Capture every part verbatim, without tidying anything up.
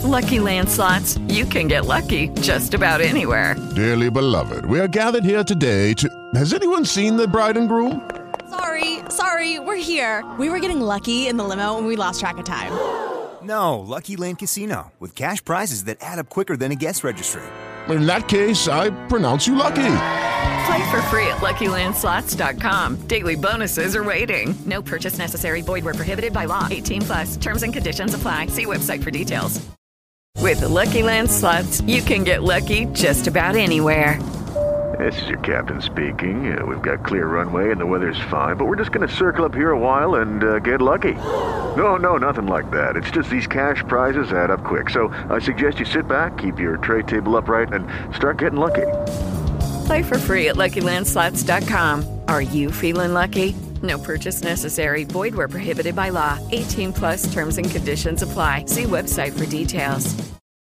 Lucky Land Slots, you can get lucky just about anywhere. Dearly beloved, we are gathered here today to... Has anyone seen the bride and groom? Sorry, sorry, we're here. We were getting lucky in the limo and we lost track of time. No, Lucky Land Casino, with cash prizes that add up quicker than a guest registry. In that case, I pronounce you lucky. Play for free at Lucky Land Slots dot com. Daily bonuses are waiting. No purchase necessary. Void where prohibited by law. eighteen plus. Terms and conditions apply. See website for details. With Lucky Land Slots, you can get lucky just about anywhere. This is your captain speaking. Uh, we've got clear runway and the weather's fine, but we're just going to circle up here a while and uh, get lucky. No, no, nothing like that. It's just these cash prizes add up quick. So I suggest you sit back, keep your tray table upright, and start getting lucky. Play for free at Lucky Land Slots dot com. Are you feeling lucky? No purchase necessary. Void where prohibited by law. eighteen plus terms and conditions apply. See website for details.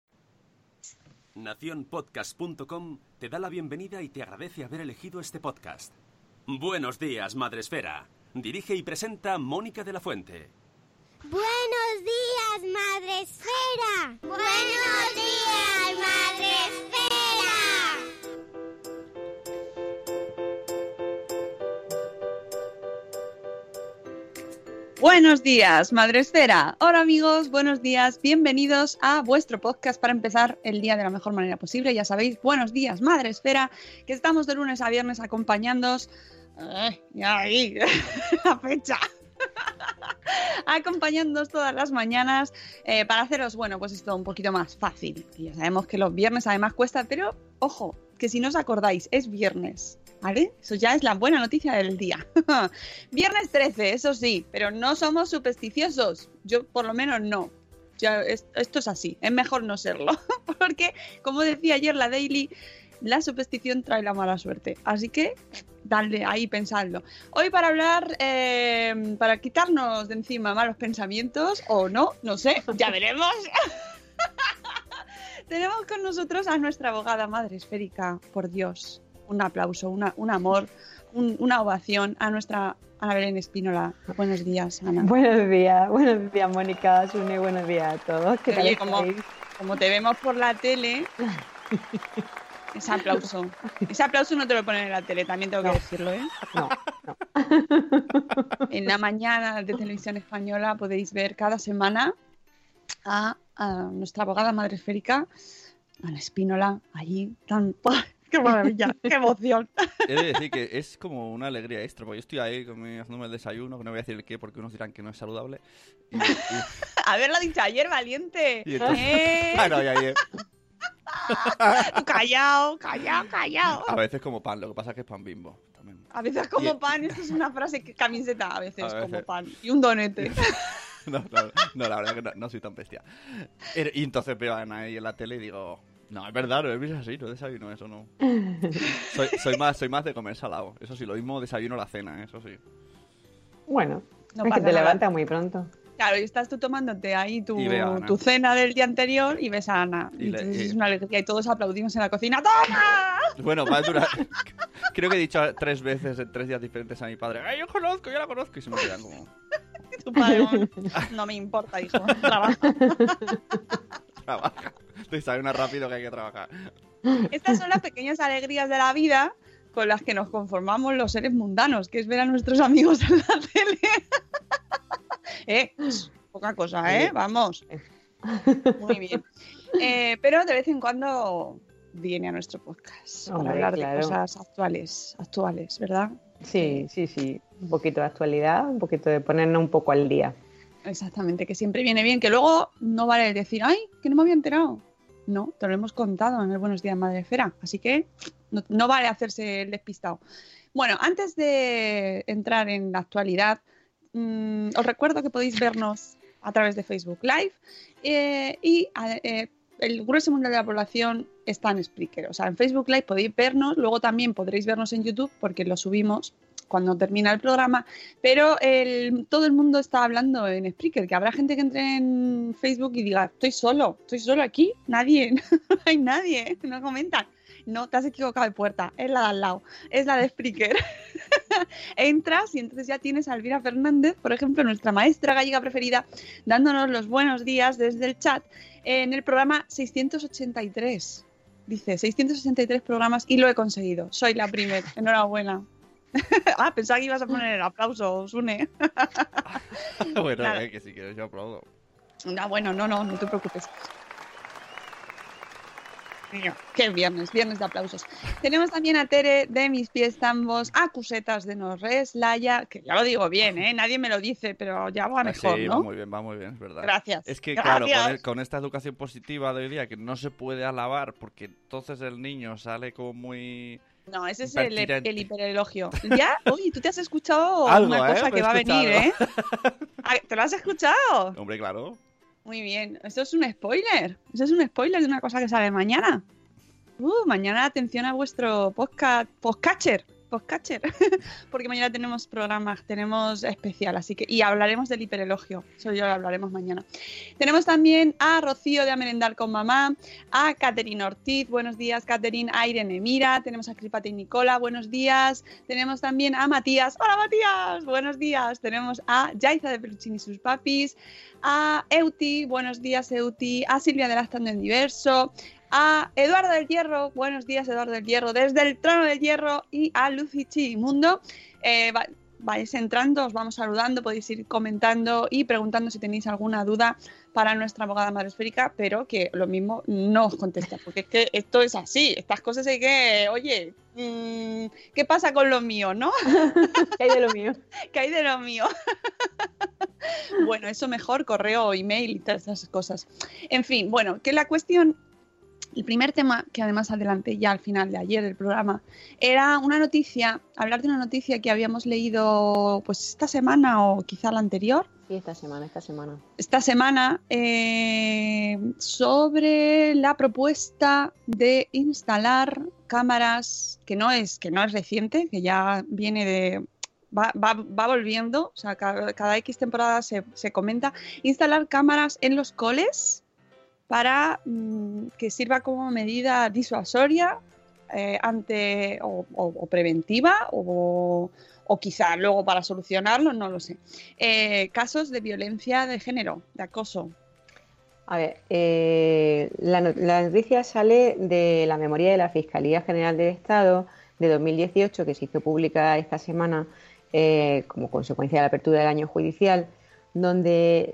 Nación Podcast punto com te da la bienvenida y te agradece haber elegido este podcast. Buenos días, Madresfera. Dirige y presenta Mónica de la Fuente. Buenos días, Madresfera. Buenos días, Madresfera. Buenos días, Madresfera. Hola amigos, buenos días. Bienvenidos a vuestro podcast para empezar el día de la mejor manera posible. Ya sabéis, buenos días, Madresfera, que estamos de lunes a viernes acompañándoos. Eh, ya ahí, la fecha. Acompañándoos todas las mañanas eh, para haceros, bueno, pues esto un poquito más fácil. Y ya sabemos que los viernes además cuesta, pero ojo, que si no os acordáis, es viernes. ¿Vale? Eso ya es la buena noticia del día. Viernes trece, eso sí, pero no somos supersticiosos. Yo por lo menos no. Ya, es, esto es así, es mejor no serlo. Porque, como decía ayer la Daily, la superstición trae la mala suerte. Así que, dale ahí, pensadlo. Hoy para hablar, eh, para quitarnos de encima malos pensamientos, o no, no sé, ya veremos. Tenemos con nosotros a nuestra abogada madre esférica, por Dios. Un aplauso, una, un amor, un, una ovación a nuestra Ana Belén Espínola. Buenos días, Ana. Buenos días, buenos días, Mónica, Sune, buenos días a todos. ¿Qué Oye, tal como, estáis? como te vemos por la tele, ese aplauso. Ese aplauso no te lo ponen en la tele, también tengo No. que decirlo, ¿eh? No, no. En la mañana de Televisión Española podéis ver cada semana a, a nuestra abogada madre esférica, Ana Espínola, allí tan... ¡Qué maravilla! ¡Qué emoción! He de decir que es como una alegría extra, porque yo estoy ahí comi- haciéndome el desayuno, que no voy a decir el qué, porque unos dirán que no es saludable. Y, y, Haberlo dicho ayer, valiente. y entonces... ¿Eh? Claro, ya, ya. Tú callao, callao, callao. A veces como pan, lo que pasa es que es pan Bimbo. También. A veces como Y- pan, esto es una frase que camiseta, a veces, A veces. como pan. Y un donete. No, no, no, la verdad que no, no soy tan bestia. Y entonces veo a Ana ahí en la tele y digo... No, es verdad, no es así, no desayuno eso, no. Soy, soy, más, soy más de comer salado. Eso sí, lo mismo desayuno la cena, eso sí. Bueno, No es que pasa te nada. levantas muy pronto. Claro, y estás tú tomándote ahí tu, Y ve a Ana. tu cena del día anterior y ves a Ana. Y Y le- entonces y- es una alegría y todos aplaudimos en la cocina. ¡Toma! Bueno, va a durar... Creo que he dicho tres veces en tres días diferentes a mi padre. ¡Ay, yo conozco, yo la conozco! Y se me quedan como... Tu padre, bueno, no me importa, hijo. Trabaja. Trabaja. Desayuna rápido que hay que trabajar. Estas son las pequeñas alegrías de la vida con las que nos conformamos los seres mundanos, que es ver a nuestros amigos en la tele. eh, poca cosa, ¿eh? Vamos. Muy bien. Eh, pero de vez en cuando viene a nuestro podcast Hombre, para hablar claro. de cosas actuales, actuales, ¿verdad? Sí, sí, sí. Un poquito de actualidad, un poquito de ponernos un poco al día. Exactamente, que siempre viene bien, que luego no vale decir, ay, que no me había enterado. No, te lo hemos contado en el Buenos Días Madresfera, así que no, no vale hacerse el despistado. Bueno, antes de entrar en la actualidad, mmm, os recuerdo que podéis vernos a través de Facebook Live eh, y eh, el grueso mundial de la población está en Spreaker. O sea, en Facebook Live podéis vernos, luego también podréis vernos en YouTube porque lo subimos cuando termina el programa, pero el, todo el mundo está hablando en Spreaker, que habrá gente que entre en Facebook y diga, estoy solo, estoy solo aquí, nadie, no hay nadie, no comentan. No, te has equivocado de puerta, es la de al lado, es la de Spreaker. Entras y entonces ya tienes a Elvira Fernández, por ejemplo, nuestra maestra gallega preferida, dándonos los buenos días desde el chat. en el programa seiscientos ochenta y tres. Dice, seiscientos ochenta y tres programas y lo he conseguido. Soy la primera. Enhorabuena. Ah, pensaba que ibas a poner el aplauso, Sune. Bueno, Nada. eh, que si quieres yo aplaudo. No, bueno, no, no, no te preocupes. Mira, qué viernes, viernes de aplausos. Tenemos también a Tere de Mis Pies Tambos, a Cusetas de Norres, Laia, que ya lo digo bien, ¿eh? Nadie me lo dice, pero ya va mejor, sí, ¿no? va muy bien, va muy bien, es verdad. Gracias. Es que, Gracias. claro, con, el- con esta educación positiva de hoy día, que no se puede alabar, porque entonces el niño sale como muy... No, ese es el, impertinente. el hiperelogio. Ya, oye, tú te has escuchado Algo, una cosa ¿eh? Me que he va a venir, ¿eh? escuchado. Ah, ¿te lo has escuchado? Hombre, claro. Muy bien, eso es un spoiler. Eso es un spoiler de una cosa que sale mañana. Uh, mañana atención a vuestro podcast, podcatcher, podcatcher, porque mañana tenemos programa, tenemos especial, así que y hablaremos del hiperelogio, eso ya lo hablaremos mañana. Tenemos también a Rocío de A Merendar con Mamá, a Caterine Ortiz, buenos días Caterine, a Irene Mira, tenemos a Cripate y Nicola, buenos días, tenemos también a Matías, hola Matías, buenos días, tenemos a Yaiza de Peluchín y sus papis, a Euti, buenos días Euti, a Silvia de Lactando en Diverso, a Eduardo del Hierro, buenos días Eduardo del Hierro, desde el Trono del Hierro, y a Lucy Chimundo. Eh, va, vais entrando, os vamos saludando, podéis ir comentando y preguntando si tenéis alguna duda para nuestra abogada madre esférica, pero que lo mismo no os contesta, porque es que esto es así, estas cosas hay que, oye, mmm, ¿qué pasa con lo mío, no? ¿Qué hay de lo mío? ¿Qué hay de lo mío? Bueno, eso mejor, correo, email y todas esas cosas. En fin, bueno, que la cuestión... El primer tema, que además adelanté ya al final de ayer del programa, era una noticia, hablar de una noticia que habíamos leído pues esta semana o quizá la anterior. Sí, esta semana, esta semana. Esta semana eh, sobre la propuesta de instalar cámaras, que no es, que no es reciente, que ya viene de... Va, va, va volviendo, o sea, cada, cada X temporada se, se comenta, instalar cámaras en los coles para mmm, que sirva como medida disuasoria eh, ante o, o, o preventiva o, o quizá luego para solucionarlo, no lo sé. Eh, casos de violencia de género, de acoso. A ver, eh, la, la noticia sale de la memoria de la Fiscalía General del Estado de dos mil dieciocho, que se hizo pública esta semana eh, como consecuencia de la apertura del año judicial, donde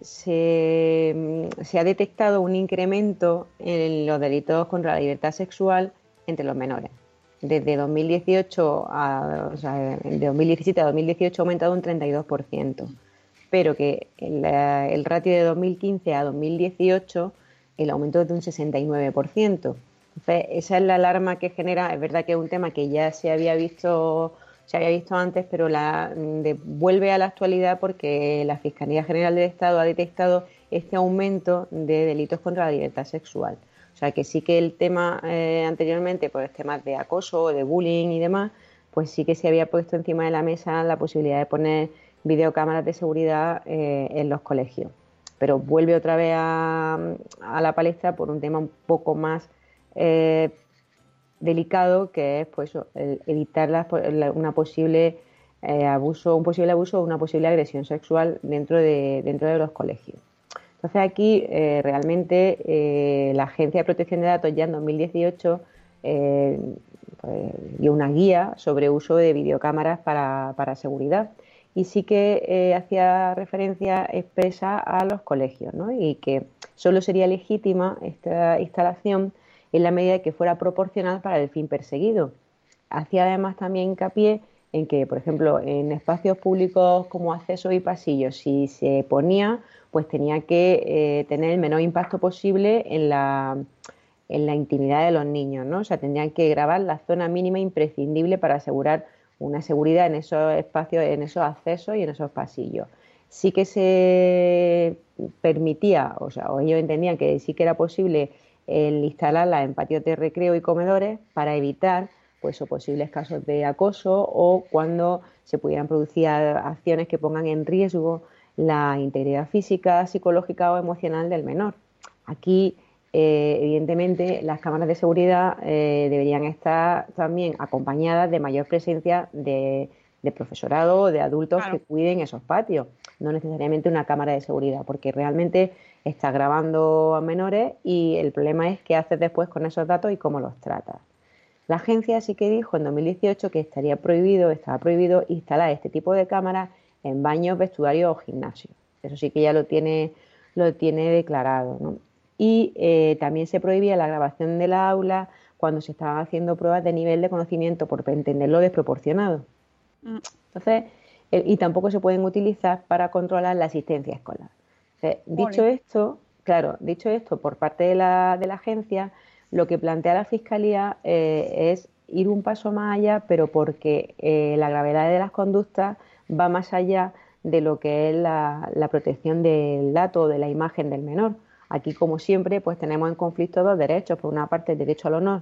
se, se ha detectado un incremento en los delitos contra la libertad sexual entre los menores. Desde dos mil dieciocho a, o sea, de dos mil diecisiete a dos mil dieciocho ha aumentado un treinta y dos por ciento, pero que el, el ratio de dos mil quince a dos mil dieciocho el aumento es de un sesenta y nueve por ciento. Entonces, esa es la alarma que genera. Es verdad que es un tema que ya se había visto... se había visto antes, pero la de, vuelve a la actualidad porque la Fiscalía General del Estado ha detectado este aumento de delitos contra la libertad sexual. O sea que sí que el tema eh, anteriormente, pues temas de acoso, de bullying y demás, pues sí que se había puesto encima de la mesa la posibilidad de poner videocámaras de seguridad eh, en los colegios. Pero vuelve otra vez a, a la palestra por un tema un poco más... Eh, delicado, que es pues el evitar la, la, una posible eh, abuso, un posible abuso o una posible agresión sexual dentro de dentro de los colegios. Entonces aquí eh, realmente eh, la Agencia de Protección de Datos ya en dos mil dieciocho eh, pues, dio una guía sobre uso de videocámaras para, para seguridad y sí que eh, hacía referencia expresa a los colegios, ¿no? Y que solo sería legítima esta instalación en la medida que fuera proporcional para el fin perseguido. Hacía además también hincapié en que, por ejemplo, en espacios públicos como accesos y pasillos, si se ponía, pues tenía que eh, tener el menor impacto posible en la, en la intimidad de los niños, ¿no? O sea, tendrían que grabar la zona mínima imprescindible para asegurar una seguridad en esos espacios, en esos accesos y en esos pasillos. Sí que se permitía, o sea, o ellos entendían que sí que era posible el instalarlas en patios de recreo y comedores para evitar pues o posibles casos de acoso o cuando se pudieran producir acciones que pongan en riesgo la integridad física, psicológica o emocional del menor. Aquí, eh, evidentemente, las cámaras de seguridad eh, deberían estar también acompañadas de mayor presencia de, de profesorado o de adultos Claro. que cuiden esos patios, no necesariamente una cámara de seguridad, porque realmente estás grabando a menores y el problema es qué haces después con esos datos y cómo los tratas. La agencia sí que dijo en dos mil dieciocho que estaría prohibido, estaba prohibido instalar este tipo de cámaras en baños, vestuarios o gimnasios. Eso sí que ya lo tiene, lo tiene declarado, ¿no? Y eh, también se prohibía la grabación de la aula cuando se estaban haciendo pruebas de nivel de conocimiento, por entenderlo desproporcionado. Mm. Entonces, eh, y tampoco se pueden utilizar para controlar la asistencia escolar. Entonces, dicho Ole. esto, claro, dicho esto, por parte de la, de la agencia, lo que plantea la Fiscalía eh, es ir un paso más allá, pero porque eh, la gravedad de las conductas va más allá de lo que es la, la protección del dato o de la imagen del menor. Aquí, como siempre, pues tenemos en conflicto dos derechos. Por una parte, el derecho al honor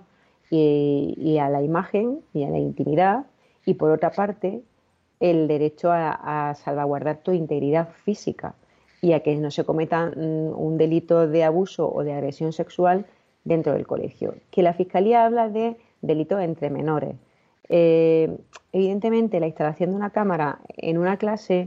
y, y a la imagen y a la intimidad, y por otra parte, el derecho a, a salvaguardar tu integridad física y a que no se cometa mm, un delito de abuso o de agresión sexual dentro del colegio. Que la Fiscalía habla de delitos entre menores. Eh, evidentemente, la instalación de una cámara en una clase,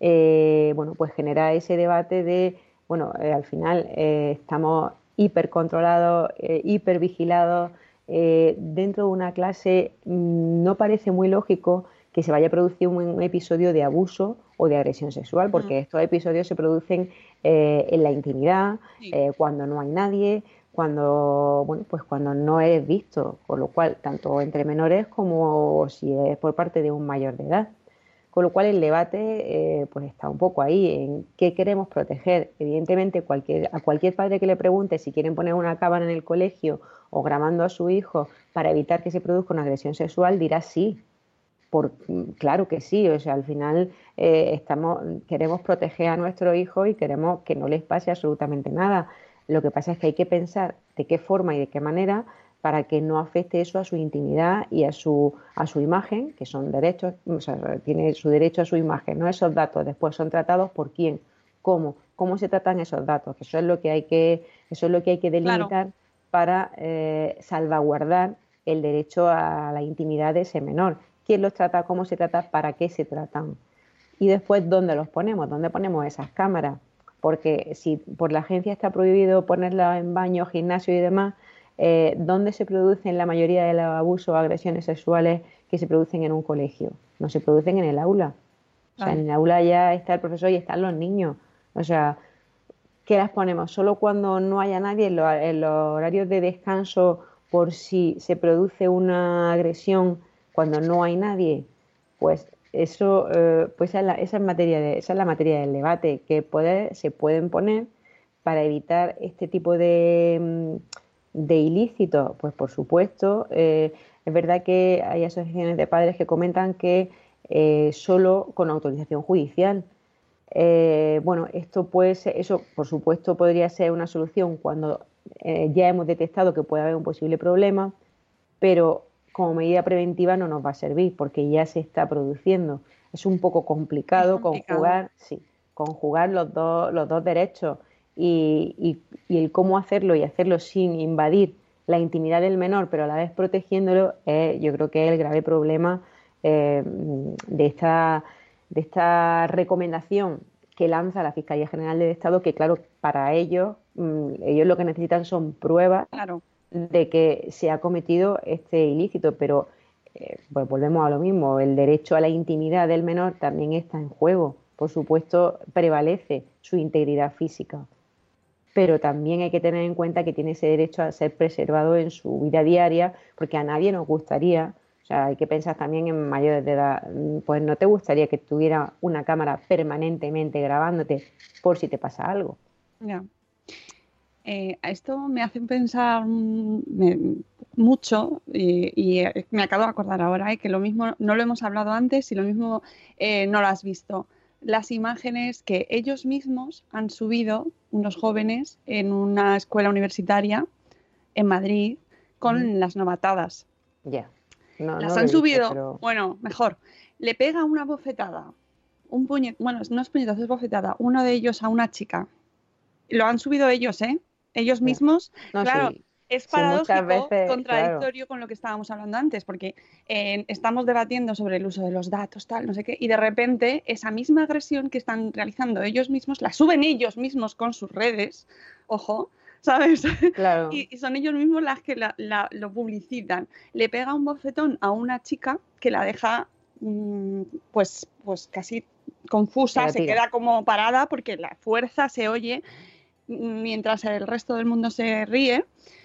eh, bueno, pues genera ese debate de, bueno, eh, al final eh, estamos hipercontrolados, eh, hipervigilados. Eh, dentro de una clase mmm, no parece muy lógico que se vaya a producir un, un episodio de abuso o de agresión sexual, porque mm. estos episodios se producen eh, en la intimidad, sí. eh, cuando no hay nadie, cuando, bueno, pues cuando no eres visto, con lo cual, tanto entre menores como si es por parte de un mayor de edad. Con lo cual el debate eh, pues está un poco ahí, en qué queremos proteger. Evidentemente, cualquier, a cualquier padre que le pregunte si quieren poner una cámara en el colegio o grabando a su hijo para evitar que se produzca una agresión sexual, dirá sí. Por, claro que sí, o sea, al final eh, estamos, queremos proteger a nuestros hijos y queremos que no les pase absolutamente nada. Lo que pasa es que hay que pensar de qué forma y de qué manera para que no afecte eso a su intimidad y a su, a su imagen, que son derechos, o sea, tiene su derecho a su imagen, ¿no? Esos datos después son tratados por quién, cómo, cómo se tratan esos datos, que eso es lo que hay que, eso es lo que hay que delimitar claro. para eh, salvaguardar el derecho a la intimidad de ese menor. ¿Quién los trata? ¿Cómo se trata? ¿Para qué se tratan? Y después, ¿dónde los ponemos? ¿Dónde ponemos esas cámaras? Porque si por la agencia está prohibido ponerlas en baños, gimnasios y demás, eh, ¿dónde se producen la mayoría de los abusos o agresiones sexuales que se producen en un colegio? No se producen en el aula. O sea, en el aula ya está el profesor y están los niños. O sea, ¿qué las ponemos? ¿Solo cuando no haya nadie, en los, en los horarios de descanso, por si se produce una agresión cuando no hay nadie? Pues eso, eh, pues esa es, la, esa, es materia de, esa es la materia del debate, que puede, se pueden poner para evitar este tipo de, de ilícitos. Pues por supuesto, eh, es verdad que hay asociaciones de padres que comentan que eh, solo con autorización judicial. Eh, bueno, esto puede ser, eso por supuesto podría ser una solución cuando eh, ya hemos detectado que puede haber un posible problema, pero como medida preventiva no nos va a servir porque ya se está produciendo. Es un poco complicado, complicado. conjugar, sí, conjugar los dos, los dos derechos y, y, y el cómo hacerlo y hacerlo sin invadir la intimidad del menor, pero a la vez protegiéndolo, eh, yo creo que es el grave problema eh, de, esta, de esta recomendación que lanza la Fiscalía General del Estado, que claro, para ellos, mmm, ellos lo que necesitan son pruebas. Claro. de que se ha cometido este ilícito, pero eh, pues volvemos a lo mismo, el derecho a la intimidad del menor también está en juego, por supuesto prevalece su integridad física, pero también hay que tener en cuenta que tiene ese derecho a ser preservado en su vida diaria, porque a nadie nos gustaría, o sea, hay que pensar también en mayores de edad, pues no te gustaría que tuviera una cámara permanentemente grabándote por si te pasa algo. Ya. Eh, esto me hace pensar me, mucho y, y me acabo de acordar ahora eh, que lo mismo no lo hemos hablado antes y lo mismo eh, no lo has visto. Las imágenes que ellos mismos han subido, unos jóvenes, en una escuela universitaria en Madrid con mm. las novatadas. Ya. Yeah. No, las no han visto, subido, pero... bueno, mejor. Le pega una bofetada, un puñet, bueno, no es puñetazo, es bofetada, uno de ellos a una chica. Lo han subido ellos, ¿eh? Ellos mismos, no, claro, sí. es Sí, paradójico, muchas veces, contradictorio con lo que estábamos hablando antes, porque eh, estamos debatiendo sobre el uso de los datos, tal, no sé qué, y de repente esa misma agresión que están realizando ellos mismos, la suben ellos mismos con sus redes, ojo, ¿sabes? Claro. y, y son ellos mismos las que la, la, lo publicitan. Le pega un bofetón a una chica que la deja, mmm, pues, pues casi confusa, Creativa. se queda como parada porque la fuerza se oye mientras el resto del mundo se ríe.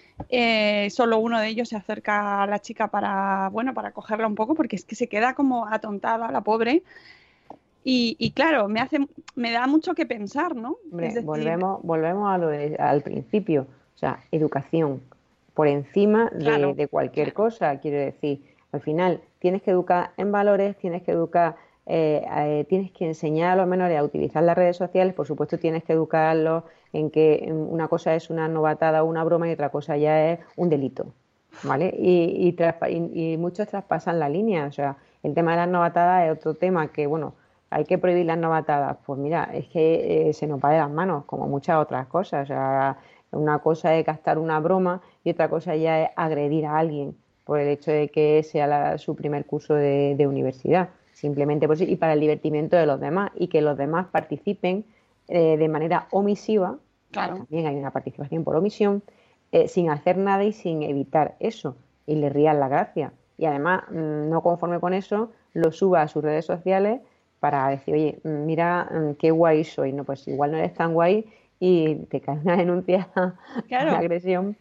Eh, solo uno de ellos se acerca a la chica para, bueno, para cogerla un poco, porque es que se queda como atontada la pobre. Y, y claro, me hace, me da mucho que pensar, ¿no? Hombre, Es decir, volvemos, volvemos a lo de- al principio, o sea, educación por encima de, Claro, de cualquier cosa, quiero decir, al final tienes que educar en valores, tienes que educar, eh, eh, tienes que enseñar a los menores a utilizar las redes sociales, por supuesto tienes que educarlos en que una cosa es una novatada o una broma y otra cosa ya es un delito, ¿vale? Y, y, traspa- y- y muchos traspasan la línea, o sea, el tema de las novatadas es otro tema que, bueno, hay que prohibir las novatadas. Pues mira, es que eh, se nos va de las manos, como muchas otras cosas. O sea, una cosa es gastar una broma y otra cosa ya es agredir a alguien por el hecho de que sea la- su primer curso de, de universidad. Simplemente por eso, y para el divertimiento de los demás y que los demás participen eh, de manera omisiva. Claro. También hay una participación por omisión, eh, sin hacer nada y sin evitar eso. Y le rían la gracia. Y además, mmm, no conforme con eso, lo suba a sus redes sociales para decir, oye, mira qué guay soy, no, pues igual no eres tan guay y te cae una denuncia claro. de agresión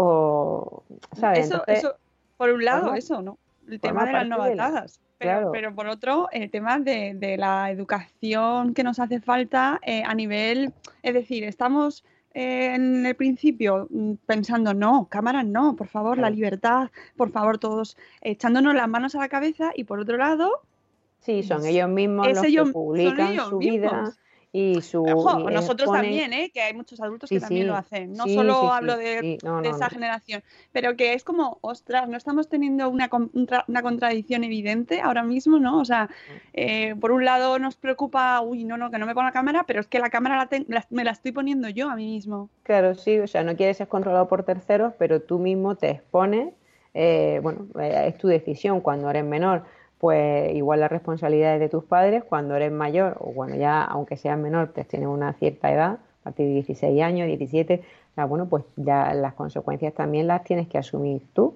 o, ¿sabes? Eso, Entonces, eso, por un lado, forma, eso, ¿no? El forma tema de las parte de la- novatadas. Pero, claro. pero por otro, el tema de, de la educación que nos hace falta eh, a nivel, es decir, estamos eh, en el principio mm, pensando, no, cámaras no, por favor, la Claro. libertad, por favor, todos echándonos las manos a la cabeza y por otro lado, Sí, son es- ellos mismos es los ellos- que son publican ellos su mismos. vida y su Ojo, y nosotros exponen. también, ¿eh? Que hay muchos adultos Sí, que también lo sí, hacen. No sí, solo sí, hablo sí, de, sí. No, de no, esa no. generación, pero que es como, ostras, no estamos teniendo una, con- un tra- una contradicción evidente ahora mismo, ¿no? O sea, eh, por un lado nos preocupa, uy, no, no, que no me ponga la cámara, pero es que la cámara la ten- la- me la estoy poniendo yo a mí mismo. Claro, sí, o sea, no quieres ser controlado por terceros, pero tú mismo te expones, eh, bueno, eh, es tu decisión cuando eres menor, pues igual las responsabilidades de tus padres, cuando eres mayor, o bueno, ya aunque seas menor, pues tienes una cierta edad, a partir de dieciséis años, diecisiete, o sea, bueno, pues ya las consecuencias también las tienes que asumir tú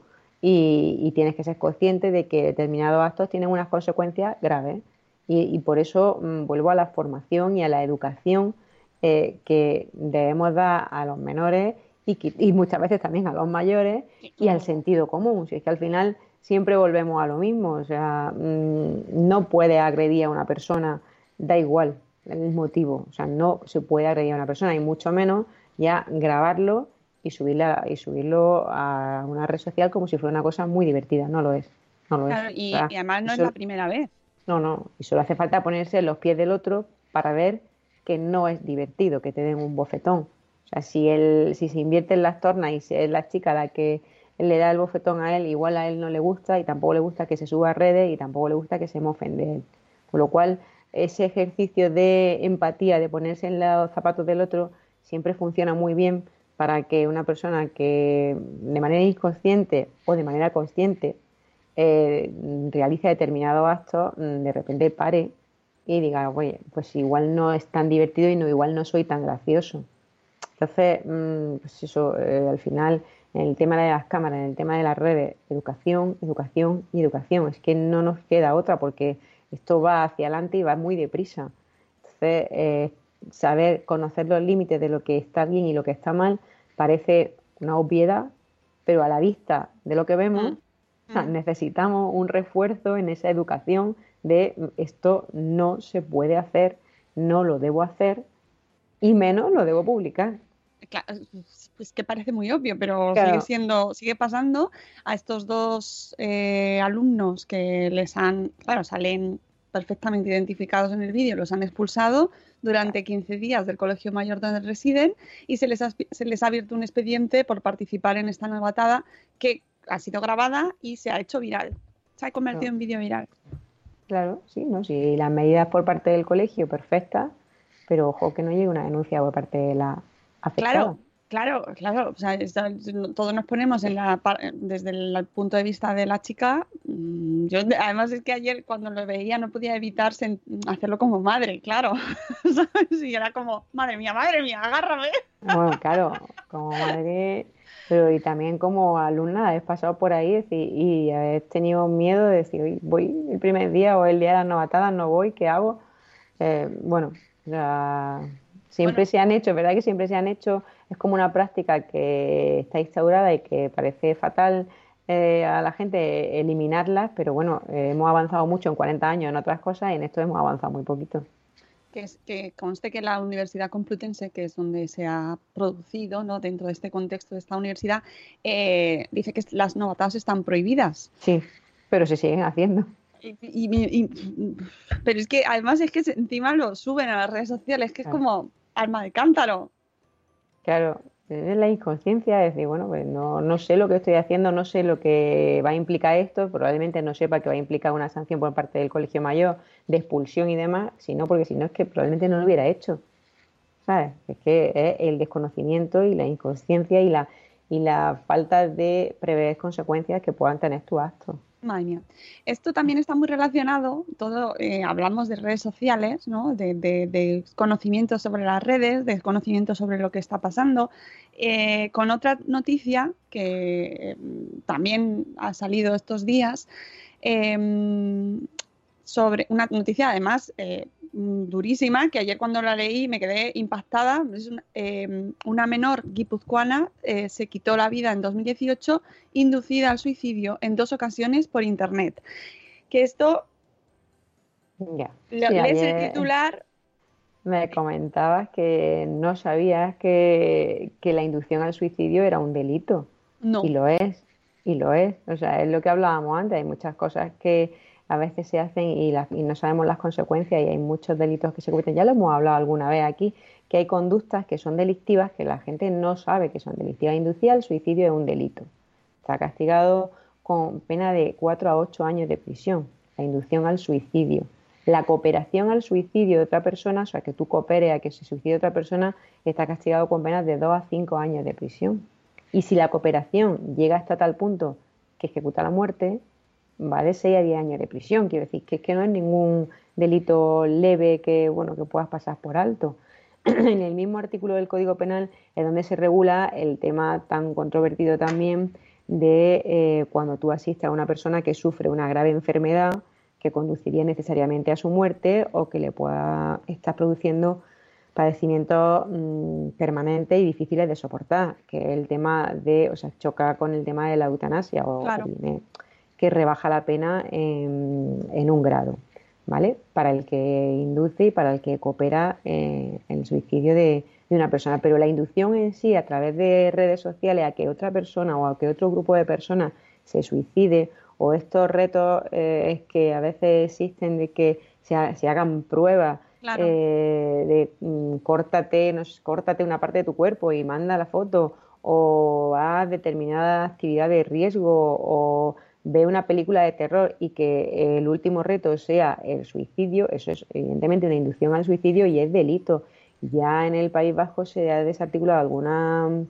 y, y tienes que ser consciente de que determinados actos tienen unas consecuencias graves. Y, y por eso mm, vuelvo a la formación y a la educación eh, que debemos dar a los menores y, que- y muchas veces también a los mayores y al sentido común. Si es que al final siempre volvemos a lo mismo, o sea, mmm, no puede agredir a una persona, da igual el motivo, o sea, no se puede agredir a una persona y mucho menos ya grabarlo y, subirla, y subirlo a una red social como si fuera una cosa muy divertida, no lo es, no lo Claro, es. y, O sea, y además no es eso- la primera vez. no, no, y solo hace falta ponerse en los pies del otro para ver que no es divertido que te den un bofetón. O sea, si él, si se invierte en las tornas y si es la chica la que le da el bofetón a él, igual a él no le gusta y tampoco le gusta que se suba a redes y tampoco le gusta que se mofen de él. Con lo cual, ese ejercicio de empatía, de ponerse en los zapatos del otro, siempre funciona muy bien para que una persona que de manera inconsciente o de manera consciente eh, realice determinados actos, de repente pare y diga, oye, pues igual no es tan divertido y no, igual no soy tan gracioso. Entonces, pues eso, eh, al final, en el tema de las cámaras, en el tema de las redes, educación, educación y educación. Es que no nos queda otra porque esto va hacia adelante y va muy deprisa. Entonces, eh, saber conocer los límites de lo que está bien y lo que está mal parece una obviedad, pero a la vista de lo que vemos, Mm. Mm. necesitamos un refuerzo en esa educación de esto no se puede hacer, no lo debo hacer y menos lo debo publicar. Claro, pues que parece muy obvio, pero Claro. sigue siendo, sigue pasando a estos dos eh, alumnos que les han, claro, salen perfectamente identificados en el vídeo, los han expulsado durante quince días del colegio mayor donde residen y se les ha, se les ha abierto un expediente por participar en esta novatada que ha sido grabada y se ha hecho viral, se ha convertido Claro. en vídeo viral. Claro, sí, ¿no? Sí, las medidas por parte del colegio, perfectas, pero ojo que no llegue una denuncia por parte de la afectada. Claro, Claro, claro, o sea, está- todos nos ponemos en la, par- desde el punto de vista de la chica. mm, Yo, además, es que ayer cuando lo veía no podía evitar sen- hacerlo como madre, claro. ¿Sabes? Y era como, madre mía, madre mía, agárrame. Bueno, claro, como madre, pero y también como alumna, habéis pasado por ahí decir, y habéis tenido miedo de decir, "Uy, voy el primer día o el día de las novatadas, no voy, ¿qué hago?". Eh, bueno, o sea, siempre Bueno. se han hecho, es verdad que siempre se han hecho, es como una práctica que está instaurada y que parece fatal eh, a la gente eliminarlas, pero bueno, eh, hemos avanzado mucho en cuarenta años en otras cosas y en esto hemos avanzado muy poquito. Que, es, que conste que la Universidad Complutense, que es donde se ha producido, ¿no? Dentro de este contexto de esta universidad, eh, dice que las novatadas están prohibidas. Sí, pero se siguen haciendo. Y, y- y- pero es que además es que se- encima lo suben a las redes sociales, que es Claro. como alma de cántaro. Claro, es la inconsciencia, es decir, bueno, pues no, no sé lo que estoy haciendo, no sé lo que va a implicar esto, probablemente no sepa que va a implicar una sanción por parte del colegio mayor, de expulsión y demás, sino porque si no es que probablemente no lo hubiera hecho, ¿sabes? Es que es el desconocimiento y la inconsciencia y la, y la falta de prever consecuencias que puedan tener tus actos. Madre mía. Esto también está muy relacionado, todo, eh, hablamos de redes sociales, ¿no? De, de- de conocimiento sobre las redes, de conocimiento sobre lo que está pasando, eh, con otra noticia que eh, también ha salido estos días, eh, sobre una noticia además eh, mm, durísima, que ayer cuando la leí me quedé impactada. Es una, eh, una menor guipuzcoana eh, se quitó la vida en dos mil dieciocho inducida al suicidio en dos ocasiones por internet. Que esto, Ya. lo- Sí, lees el ayer titular, me comentabas que no sabías que, que la inducción al suicidio era un delito. no. Y lo es, y lo es. O sea, es lo que hablábamos antes. Hay muchas cosas que a veces se hacen y, las- y no sabemos las consecuencias y hay muchos delitos que se cometen. Ya lo hemos hablado alguna vez aquí, que hay conductas que son delictivas que la gente no sabe que son delictivas. Inducir al suicidio es un delito. Está castigado con pena de cuatro a ocho años de prisión. La inducción al suicidio. La cooperación al suicidio de otra persona, o sea, que tú cooperes a que se suicide otra persona, está castigado con penas de dos a cinco años de prisión. Y si la cooperación llega hasta tal punto que ejecuta la muerte, va de seis a diez años de prisión. Quiero decir que es que no es ningún delito leve que, bueno, que puedas pasar por alto. En el mismo artículo del Código Penal es donde se regula el tema tan controvertido también de eh, cuando tú asistes a una persona que sufre una grave enfermedad que conduciría necesariamente a su muerte o que le pueda estar produciendo padecimientos mmm, permanentes y difíciles de soportar, que es el tema de, o sea, choca con el tema de la eutanasia o, Claro. o viene, que rebaja la pena en, en un grado, ¿vale? Para el que induce y para el que coopera eh, en el suicidio de, de una persona. Pero la inducción en sí, a través de redes sociales, a que otra persona o a que otro grupo de personas se suicide, o estos retos eh, que a veces existen de que se, ha- se hagan pruebas Claro. eh, de mm, córtate, no sé, córtate una parte de tu cuerpo y manda la foto, o haz determinada actividad de riesgo, o ve una película de terror y que el último reto sea el suicidio, eso es evidentemente una inducción al suicidio y es delito. Ya en el País Vasco se ha desarticulado alguna mm,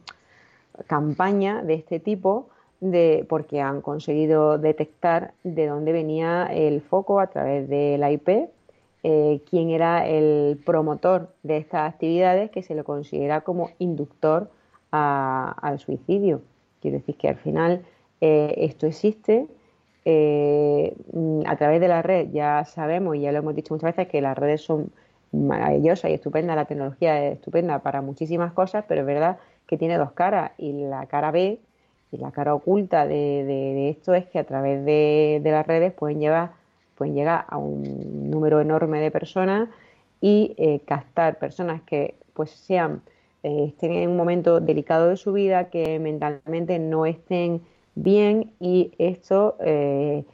campaña de este tipo de, porque han conseguido detectar de dónde venía el foco a través de la I P, eh, quién era el promotor de estas actividades que se le considera como inductor a- al suicidio. Quiero decir que al final eh, esto existe. eh, mm, a través de la red ya sabemos y ya lo hemos dicho muchas veces que las redes son maravillosas y estupendas, la tecnología es estupenda para muchísimas cosas, pero es verdad que tiene dos caras y la cara B y la cara oculta de, de- de esto es que a través de, de las redes pueden llevar, pueden llegar a un número enorme de personas y eh, captar personas que pues sean eh, estén en un momento delicado de su vida, que mentalmente no estén bien y esto eh,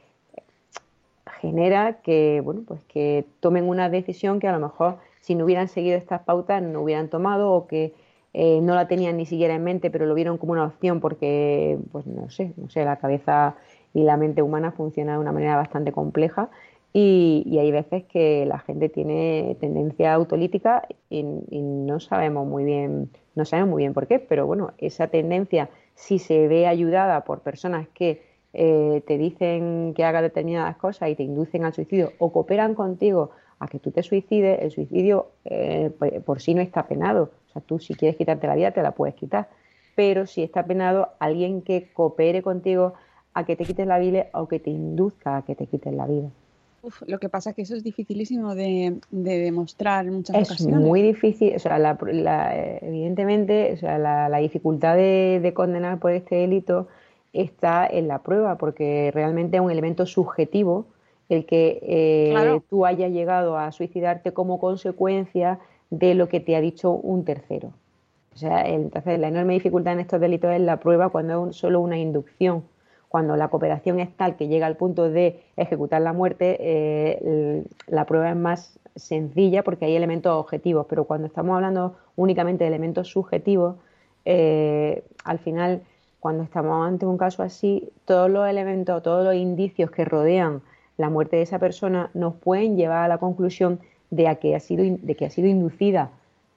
genera que bueno pues que tomen una decisión que a lo mejor si no hubieran seguido estas pautas no hubieran tomado o que eh, no la tenían ni siquiera en mente pero lo vieron como una opción porque pues no sé, no sé, la cabeza y la mente humana funciona de una manera bastante compleja y, y hay veces que la gente tiene tendencia autolítica y, y no sabemos muy bien No sabemos muy bien por qué, pero bueno, esa tendencia, si se ve ayudada por personas que eh, te dicen que hagas determinadas cosas y te inducen al suicidio o cooperan contigo a que tú te suicides, el suicidio eh, por, por sí no está penado. O sea, tú si quieres quitarte la vida te la puedes quitar, pero si está penado alguien que coopere contigo a que te quites la vida o que te induzca a que te quites la vida. Uf, lo que pasa es que eso es dificilísimo de, de demostrar en muchas es ocasiones. Es muy difícil, o sea, la, la, evidentemente, o sea, la, la dificultad de, de condenar por este delito está en la prueba, porque realmente es un elemento subjetivo el que eh, claro. tú hayas llegado a suicidarte como consecuencia de lo que te ha dicho un tercero. O sea, entonces la enorme dificultad en estos delitos es la prueba cuando es solo una inducción. Cuando la cooperación es tal que llega al punto de ejecutar la muerte, eh, la prueba es más sencilla porque hay elementos objetivos, pero cuando estamos hablando únicamente de elementos subjetivos, eh, al final, cuando estamos ante un caso así, todos los elementos, todos los indicios que rodean la muerte de esa persona nos pueden llevar a la conclusión de, a que, ha sido, de que ha sido inducida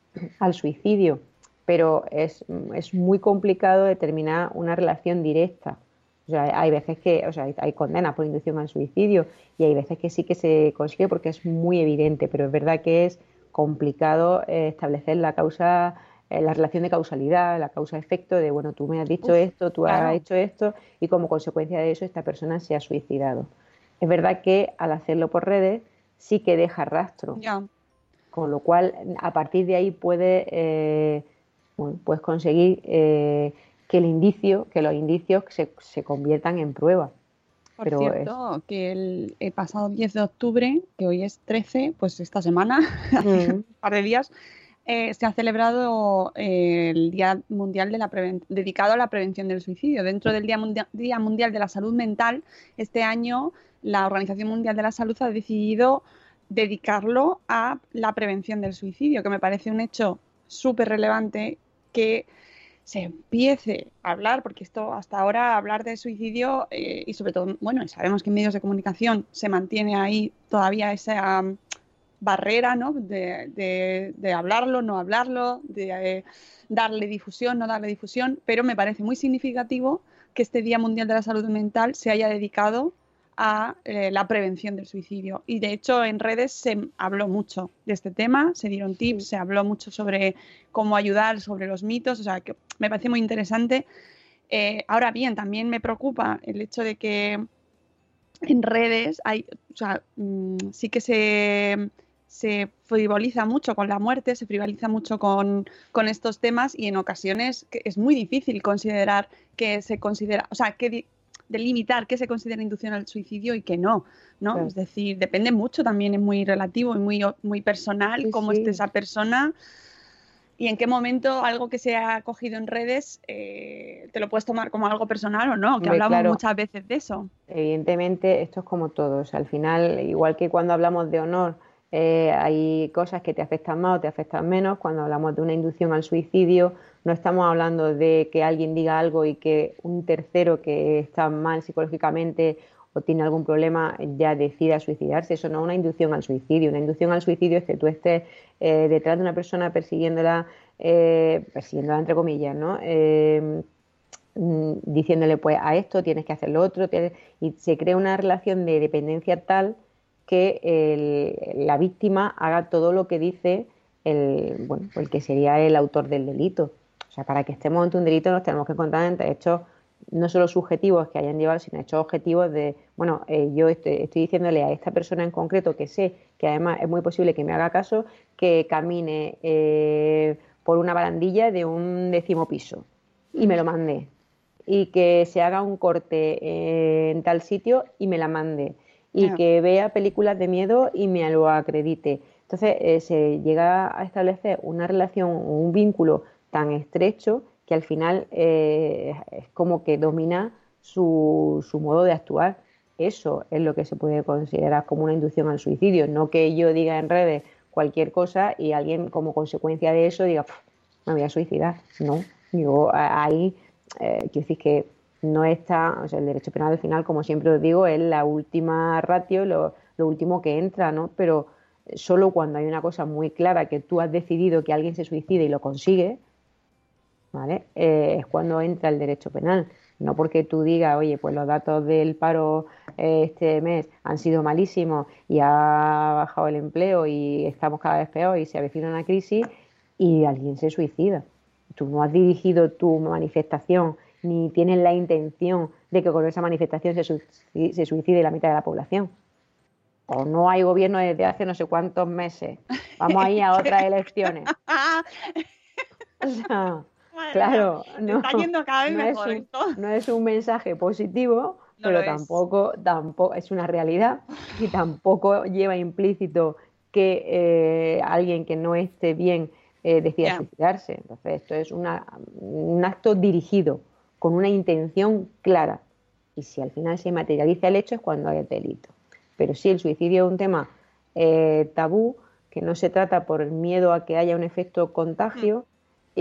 al suicidio, pero es, es muy complicado determinar una relación directa. O sea, hay veces que, o sea, hay, hay condenas por inducción al suicidio y hay veces que sí que se consigue porque es muy evidente, pero es verdad que es complicado eh, establecer la causa, eh, la relación de causalidad, la causa-efecto de, bueno, tú me has dicho Uf, esto, tú claro. has hecho esto y como consecuencia de eso esta persona se ha suicidado. Es verdad que al hacerlo por redes sí que deja rastro, yeah. con lo cual a partir de ahí puede, eh, bueno, puedes conseguir eh, que el indicio, que los indicios se, se conviertan en prueba. Por Pero cierto, es... que el, el pasado diez de octubre, que hoy es trece, pues esta semana, hace mm. un par de días, eh, se ha celebrado eh, el Día Mundial de la Preven- dedicado a la prevención del suicidio. Dentro del Día Mundial, Día Mundial de la Salud Mental, este año la Organización Mundial de la Salud ha decidido dedicarlo a la prevención del suicidio, que me parece un hecho súper relevante que se empiece a hablar, porque esto hasta ahora hablar de suicidio eh, y sobre todo, bueno, sabemos que en medios de comunicación se mantiene ahí todavía esa um, barrera, ¿no? De, de, de hablarlo, no hablarlo, de eh, darle difusión, no darle difusión, pero me parece muy significativo que este Día Mundial de la Salud Mental se haya dedicado a eh, la prevención del suicidio. Y de hecho en redes se habló mucho de este tema, se dieron tips, se habló mucho sobre cómo ayudar, sobre los mitos, o sea, que me parece muy interesante. Eh, ahora bien, también me preocupa el hecho de que en redes hay, o sea, mmm, sí que se, se frivoliza mucho con la muerte, se frivoliza mucho con, con estos temas y en ocasiones que es muy difícil considerar que se considera, o sea, que delimitar qué se considera inducción al suicidio y qué no, ¿no? Claro. Es decir, depende mucho, también es muy relativo y muy, muy personal sí, cómo sí. esté esa persona y en qué momento algo que se ha cogido en redes eh, te lo puedes tomar como algo personal o no, que Hombre, hablamos claro, muchas veces de eso. Evidentemente esto es como todo, o sea, al final, igual que cuando hablamos de honor, eh, hay cosas que te afectan más o te afectan menos. Cuando hablamos de una inducción al suicidio, no estamos hablando de que alguien diga algo y que un tercero que está mal psicológicamente o tiene algún problema ya decida suicidarse. Eso no es una inducción al suicidio. Una inducción al suicidio es que tú estés eh, detrás de una persona persiguiéndola, eh, persiguiéndola entre comillas, ¿no? Eh, diciéndole pues a esto tienes que hacer lo otro, tienes... y se crea una relación de dependencia tal que el, la víctima haga todo lo que dice el, bueno, el que sería el autor del delito. O sea, para que estemos ante un delito nos tenemos que encontrar entre hechos no solo subjetivos que hayan llevado, sino hechos objetivos de, bueno, eh, yo estoy, estoy diciéndole a esta persona en concreto que sé que además es muy posible que me haga caso, que camine eh, por una barandilla de un décimo piso y me lo mande, y que se haga un corte eh, en tal sitio y me la mande, y yeah. que vea películas de miedo y me lo acredite. Entonces eh, se llega a establecer una relación, un vínculo tan estrecho que al final eh, es como que domina su, su modo de actuar. Eso es lo que se puede considerar como una inducción al suicidio, no que yo diga en redes cualquier cosa y alguien como consecuencia de eso diga me voy a suicidar. No, yo ahí eh, quiero decir que no está, o sea, el derecho penal al final, como siempre os digo, es la última ratio, lo, lo último que entra, ¿no? Pero solo cuando hay una cosa muy clara que tú has decidido que alguien se suicide y lo consigue, ¿vale? Eh, es cuando entra el derecho penal. No porque tú digas, oye, pues los datos del paro eh, este mes han sido malísimos y ha bajado el empleo y estamos cada vez peor y se avecina una crisis y alguien se suicida. Tú no has dirigido tu manifestación ni tienes la intención de que con esa manifestación se, suicide, se suicide la mitad de la población. O no hay gobierno desde hace no sé cuántos meses. Vamos a ir a otras elecciones. O sea, claro, no, está yendo cada vez no, mejor es un, esto. no es un mensaje positivo, No pero lo tampoco, tampoco es una realidad y tampoco lleva implícito que eh, alguien que no esté bien eh, decida Yeah. suicidarse. Entonces, esto es una, un acto dirigido, con una intención clara. Y si al final se materializa el hecho es cuando hay delito. Pero sí, el suicidio es un tema eh, tabú, que no se trata por el miedo a que haya un efecto contagio. Mm.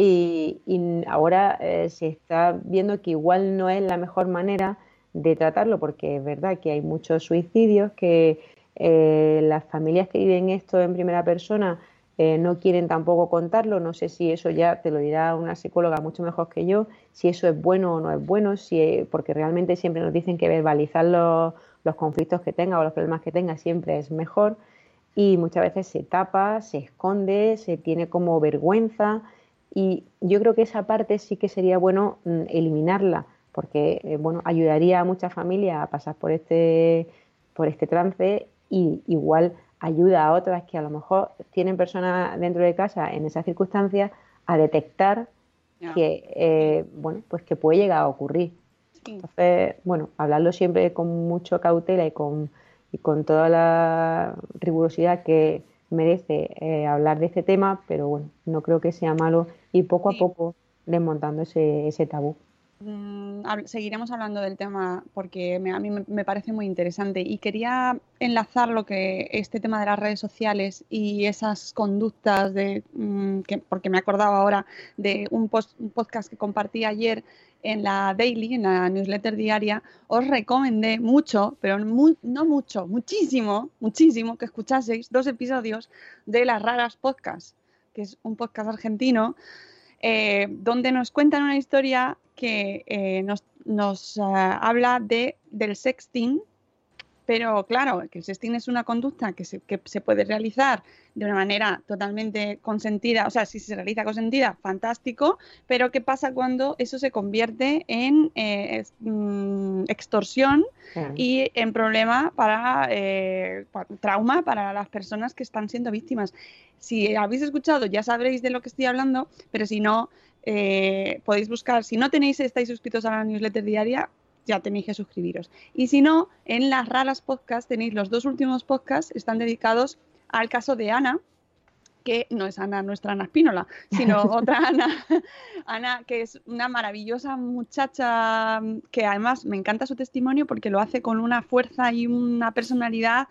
Y, y ahora eh, se está viendo que igual no es la mejor manera de tratarlo, porque es verdad que hay muchos suicidios, que eh, las familias que viven esto en primera persona eh, no quieren tampoco contarlo. No sé si eso ya te lo dirá una psicóloga mucho mejor que yo, si eso es bueno o no es bueno, si, porque realmente siempre nos dicen que verbalizar los, los conflictos que tenga o los problemas que tenga siempre es mejor, y muchas veces se tapa, se esconde, se tiene como vergüenza. Y yo creo que esa parte sí que sería bueno mm, eliminarla, porque eh, bueno, ayudaría a muchas familias a pasar por este, por este trance, y igual ayuda a otras que a lo mejor tienen personas dentro de casa en esas circunstancias a detectar yeah. que eh, bueno, pues que puede llegar a ocurrir. Sí. Entonces, bueno, hablarlo siempre con mucha cautela y con, y con toda la rigurosidad que merece eh, hablar de este tema, pero bueno, no creo que sea malo y poco sí. a poco desmontando ese, ese tabú. Mm, seguiremos hablando del tema porque me, a mí me, me parece muy interesante, y quería enlazar lo que este tema de las redes sociales y esas conductas de mm, que, porque me acordaba ahora de un, post, un podcast que compartí ayer en la Daily, en la newsletter diaria. Os recomendé mucho, pero muy, no mucho, muchísimo, muchísimo que escuchaseis dos episodios de Las Raras Podcast, que es un podcast argentino eh, donde nos cuentan una historia que eh, nos, nos uh, habla de, del sexting. Pero claro, que el sexting es una conducta que se, que se puede realizar de una manera totalmente consentida, o sea, si se realiza consentida, fantástico, pero ¿qué pasa cuando eso se convierte en eh, es, mm, extorsión sí. y en problema para, eh, para trauma para las personas que están siendo víctimas? Si habéis escuchado ya sabréis de lo que estoy hablando, pero si no, eh, podéis buscar, si no tenéis, estáis suscritos a la newsletter diaria, ya tenéis que suscribiros. Y si no, en Las Raras Podcast tenéis los dos últimos podcasts, están dedicados al caso de Ana, que no es Ana, nuestra Ana Espínola, sino otra Ana, Ana, que es una maravillosa muchacha, que además me encanta su testimonio porque lo hace con una fuerza y una personalidad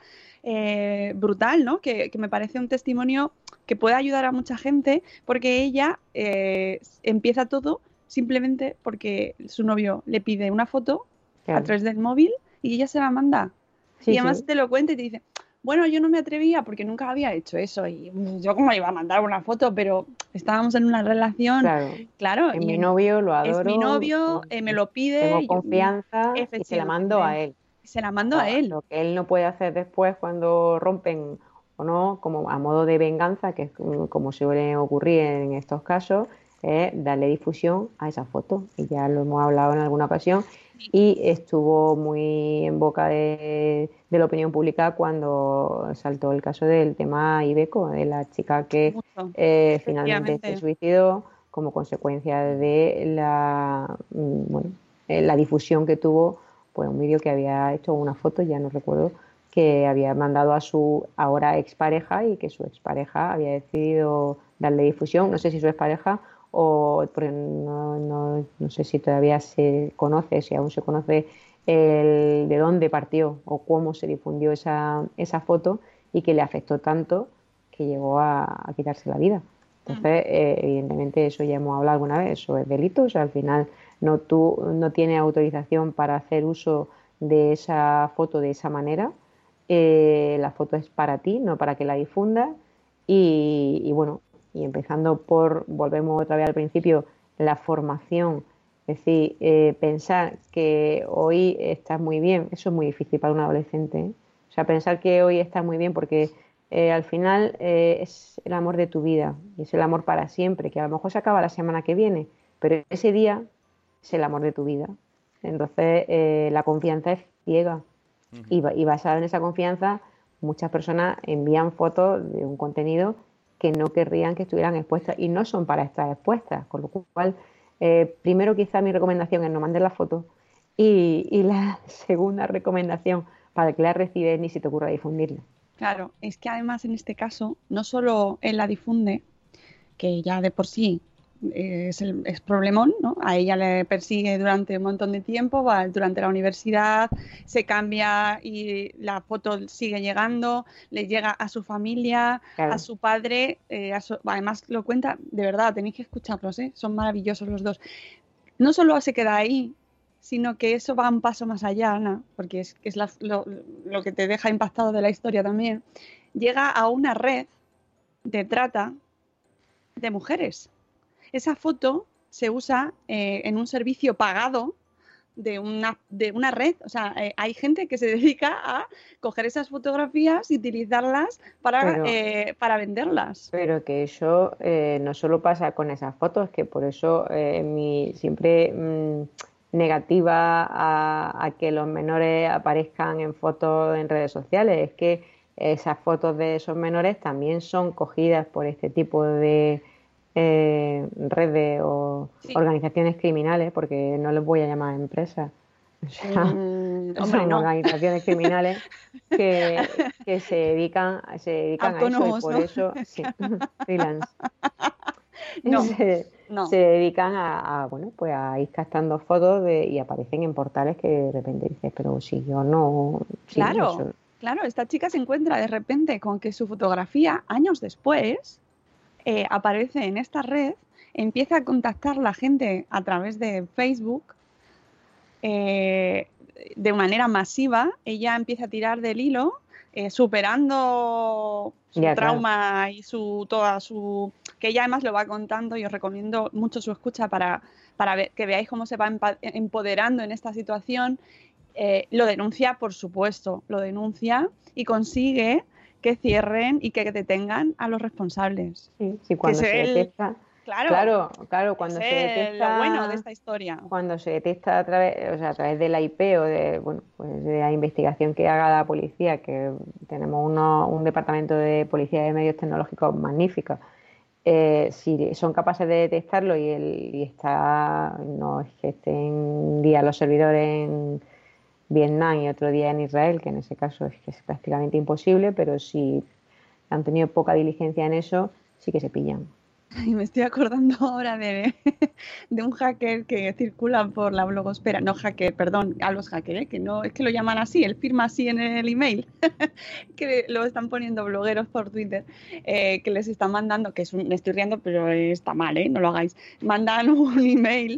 eh, brutal, ¿no? Que, que me parece un testimonio que puede ayudar a mucha gente, porque ella eh, empieza todo simplemente porque su novio le pide una foto claro. a través del móvil y ella se la manda. Sí, y además sí. te lo cuenta y te dice, bueno, yo no me atrevía porque nunca había hecho eso y yo como iba a mandar una foto, pero estábamos en una relación. Claro, claro es mi novio, lo adoro. Es mi novio, eh, me lo pide. Tengo confianza yo, y se la mando a él. Se la mando a él. Lo que él no puede hacer después cuando rompen o no, como a modo de venganza, que es como suele ocurrir en estos casos, es darle difusión a esa foto, y ya lo hemos hablado en alguna ocasión, y estuvo muy en boca de, de la opinión pública cuando saltó el caso del tema Ibeco, de la chica que eh, finalmente se suicidó como consecuencia de la, bueno, la difusión que tuvo, pues un vídeo que había hecho, una foto, ya no recuerdo, que había mandado a su ahora expareja, y que su expareja había decidido darle difusión, no sé si su expareja o porque no, no, no sé si todavía se conoce, si aún se conoce el, de dónde partió o cómo se difundió esa, esa foto, y que le afectó tanto que llegó a, a quitarse la vida. Entonces, eh, evidentemente, eso ya hemos hablado alguna vez, eso es delito, o sea, al final no, tú no tienes autorización para hacer uso de esa foto de esa manera, eh, la foto es para ti, no para que la difundas, y, y bueno, y empezando por, volvemos otra vez al principio, la formación. Es decir, eh, pensar que hoy estás muy bien, eso es muy difícil para un adolescente, ¿eh? O sea, pensar que hoy estás muy bien porque eh, al final eh, es el amor de tu vida, y es el amor para siempre, que a lo mejor se acaba la semana que viene, pero ese día es el amor de tu vida. Entonces, eh, la confianza es ciega. Uh-huh. y, y basada en esa confianza, muchas personas envían fotos de un contenido que no querrían que estuvieran expuestas y no son para estar expuestas, con lo cual, eh, primero quizá mi recomendación es no mandes la foto y, y la segunda recomendación, para que la recibes ni se te ocurra difundirla. Claro, es que además en este caso no solo él la difunde, que ya de por sí es, el, es problemón, ¿no? A ella le persigue durante un montón de tiempo, va durante la universidad, se cambia y la foto sigue llegando, le llega a su familia, claro. a su padre, eh, a su, además lo cuenta, de verdad, tenéis que escucharlos, ¿eh? Son maravillosos los dos. No solo se queda ahí, sino que eso va un paso más allá, Ana, porque es, es la, lo, lo que te deja impactado de la historia también. Llega a una red de trata de mujeres. Esa foto se usa eh, en un servicio pagado de una, de una red. O sea, eh, hay gente que se dedica a coger esas fotografías y utilizarlas para, pero, eh, para venderlas. Pero que eso eh, no solo pasa con esas fotos, que por eso eh, mi, siempre... Mmm, negativa a, a que los menores aparezcan en fotos en redes sociales. Es que esas fotos de esos menores también son cogidas por este tipo de eh, redes o sí. organizaciones criminales, porque no les voy a llamar empresas. O sea, mm, son hombre, no. organizaciones criminales que, que se dedican, se dedican a eso y por ¿no? eso sí, freelance. No, se, no. se dedican a, a bueno pues a ir captando fotos de, y aparecen en portales que de repente dices, pero si yo no... Sí, claro, eso... claro, esta chica se encuentra de repente con que su fotografía, años después, eh, aparece en esta red, empieza a contactar la gente a través de Facebook eh, de manera masiva, ella empieza a tirar del hilo, eh, superando su ya, trauma claro. y su toda su... que ella además lo va contando y os recomiendo mucho su escucha para, para ver, que veáis cómo se va empoderando en esta situación. Eh, lo denuncia, por supuesto, lo denuncia y consigue que cierren y que detengan a los responsables. Sí, sí cuando se detecta... El... Claro, claro, claro, cuando se detecta lo bueno de esta historia. Cuando se detecta a través, o sea, a través de la I P o de, bueno, pues de la investigación que haga la policía, que tenemos uno, un departamento de policía de medios tecnológicos magnífico, eh, si son capaces de detectarlo y, el, y está, no es que estén un día los servidores en Vietnam y otro día en Israel, que en ese caso es que es prácticamente imposible, pero si han tenido poca diligencia en eso, sí que se pillan. Y me estoy acordando ahora de, de un hacker que circula por la blogosfera, no hacker, perdón, a los hackers, ¿eh? que no es que lo llaman así, él firma así en el email, que lo están poniendo blogueros por Twitter, eh, que les están mandando, que es un, me estoy riendo, pero está mal, ¿eh? No lo hagáis, mandan un email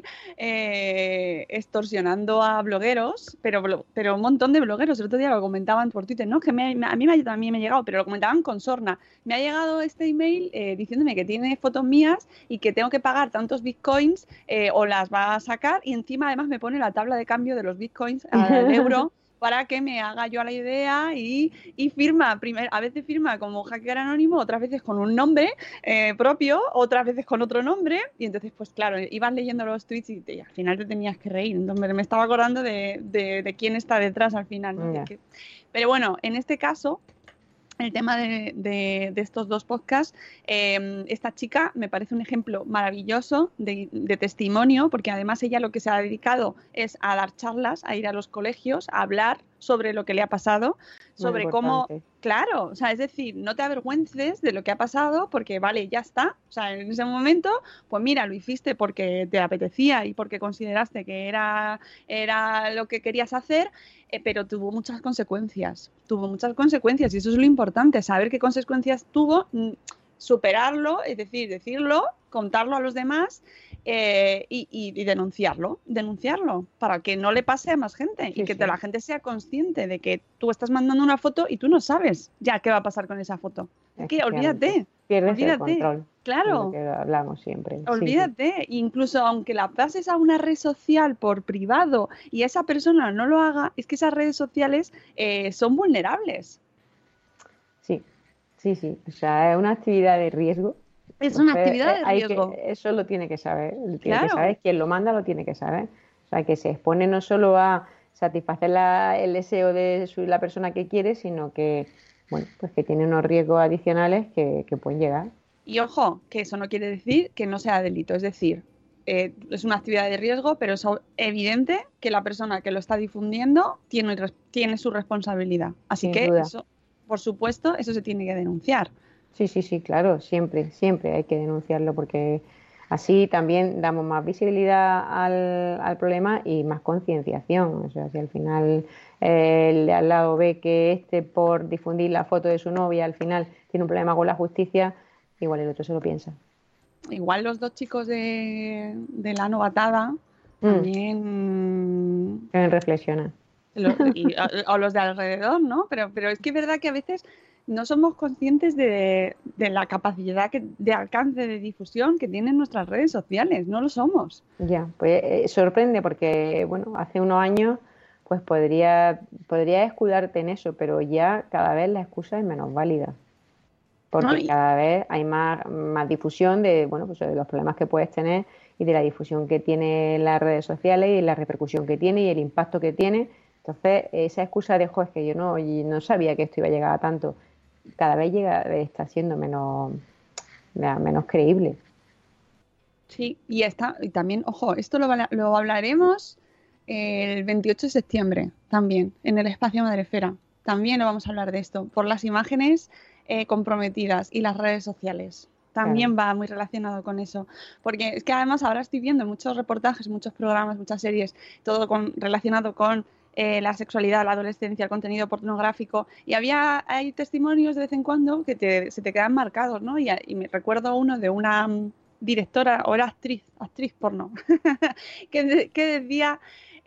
eh, extorsionando a blogueros, pero, pero un montón de blogueros, el otro día lo comentaban por Twitter, no, que me, a mí me, también me ha llegado, pero lo comentaban con sorna, me ha llegado este email eh, diciéndome que tiene fotos mías y que tengo que pagar tantos bitcoins eh, o las va a sacar y encima además me pone la tabla de cambio de los bitcoins al euro para que me haga yo a la idea y, y firma, primer, a veces firma como hacker anónimo, otras veces con un nombre eh, propio, otras veces con otro nombre y entonces pues claro, ibas leyendo los tweets y, te, y al final te tenías que reír, entonces me estaba acordando de, de, de quién está detrás al final, ¿no? Yeah. Que, pero bueno, en este caso el tema de, de, de estos dos podcasts, eh, esta chica me parece un ejemplo maravilloso de, de testimonio, porque además ella lo que se ha dedicado es a dar charlas, a ir a los colegios, a hablar sobre lo que le ha pasado, sobre cómo, claro, o sea, es decir, no te avergüences de lo que ha pasado porque vale, ya está, o sea, en ese momento, pues mira, lo hiciste porque te apetecía y porque consideraste que era, era lo que querías hacer, eh, pero tuvo muchas consecuencias, tuvo muchas consecuencias y eso es lo importante, saber qué consecuencias tuvo, superarlo, es decir, decirlo, contarlo a los demás eh, y, y, y denunciarlo, denunciarlo para que no le pase a más gente sí, y que sí. la gente sea consciente de que tú estás mandando una foto y tú no sabes ya qué va a pasar con esa foto. Es que olvídate, pierdes olvídate. el control. Claro. Lo que hablamos siempre. Olvídate, sí, sí. Incluso aunque la pases a una red social por privado y esa persona no lo haga, es que esas redes sociales eh, son vulnerables. Sí, sí, sí. O sea, es una actividad de riesgo. Es una Entonces, actividad de riesgo. Que, eso lo tiene que saber. Lo tiene claro. que saber. Quien lo manda lo tiene que saber. O sea, que se expone no solo a satisfacer la, el deseo de su, la persona que quiere, sino que, bueno, pues que tiene unos riesgos adicionales que, que pueden llegar. Y ojo, que eso no quiere decir que no sea delito, es decir, eh, es una actividad de riesgo, pero es evidente que la persona que lo está difundiendo tiene, tiene su responsabilidad. Así Sin que duda. eso, por supuesto, eso se tiene que denunciar. Sí, sí, sí, claro, siempre, siempre hay que denunciarlo porque así también damos más visibilidad al, al problema y más concienciación. O sea, si al final eh, el de al lado ve que este por difundir la foto de su novia al final tiene un problema con la justicia, igual el otro se lo piensa. Igual los dos chicos de, de la novatada mm. también... Deben reflexionar. Lo, y, o, o los de alrededor, ¿no? Pero, pero es que es verdad que a veces no somos conscientes de, de la capacidad que, de alcance de difusión que tienen nuestras redes sociales. No lo somos. Ya, pues eh, sorprende porque, bueno, hace unos años pues podría, podría escudarte en eso, pero ya cada vez la excusa es menos válida. Porque no, y... cada vez hay más, más difusión de, bueno, pues de los problemas que puedes tener y de la difusión que tiene las redes sociales y la repercusión que tiene y el impacto que tiene. Entonces, esa excusa de, jo, es que yo no, y no sabía que esto iba a llegar a tanto, cada vez llega, está siendo menos, menos creíble. Sí, y, está, y también, ojo, esto lo, lo hablaremos el veintiocho de septiembre también, en el espacio Madrefera. También lo vamos a hablar de esto, por las imágenes eh, comprometidas y las redes sociales. También claro. va muy relacionado con eso. Porque es que además ahora estoy viendo muchos reportajes, muchos programas, muchas series, todo con, relacionado con eh, la sexualidad, la adolescencia, el contenido pornográfico. Y había hay testimonios de vez en cuando que te, se te quedan marcados, ¿no? Y, y me recuerdo uno de una um, directora, o era actriz, actriz porno, que, que decía...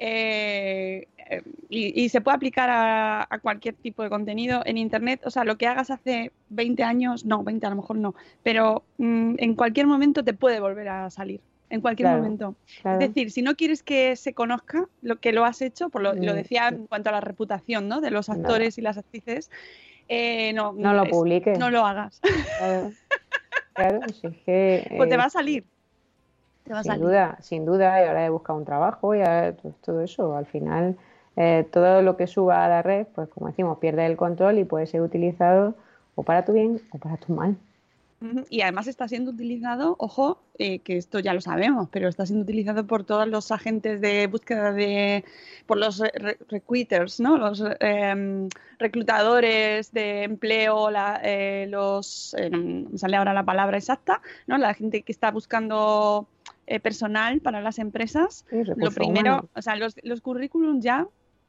Eh, y, y se puede aplicar a, a cualquier tipo de contenido en internet, o sea, lo que hagas hace veinte años, no, veinte a lo mejor no, pero mmm, en cualquier momento te puede volver a salir, en cualquier claro, momento. Claro. Es decir, si no quieres que se conozca lo que lo has hecho, por lo, mm, lo decía en cuanto a la reputación, ¿no? De los actores no. y las actrices, eh, no, no lo es, publiques. No lo hagas. Claro, claro si es que... Eh... Pues te va a salir. Sin duda, sin duda, y ahora he buscado un trabajo y ahora todo, todo eso. Al final, eh, todo lo que suba a la red, pues como decimos, pierde el control y puede ser utilizado o para tu bien o para tu mal. Y además está siendo utilizado, ojo, eh, que esto ya lo sabemos, pero está siendo utilizado por todos los agentes de búsqueda de, por los re recruiters, ¿no? Los eh, reclutadores de empleo, la, eh, los, eh, no me sale ahora la palabra exacta, ¿no? La gente que está buscando eh, personal para las empresas. Sí, lo primero, humano. o sea, los, los currículums ya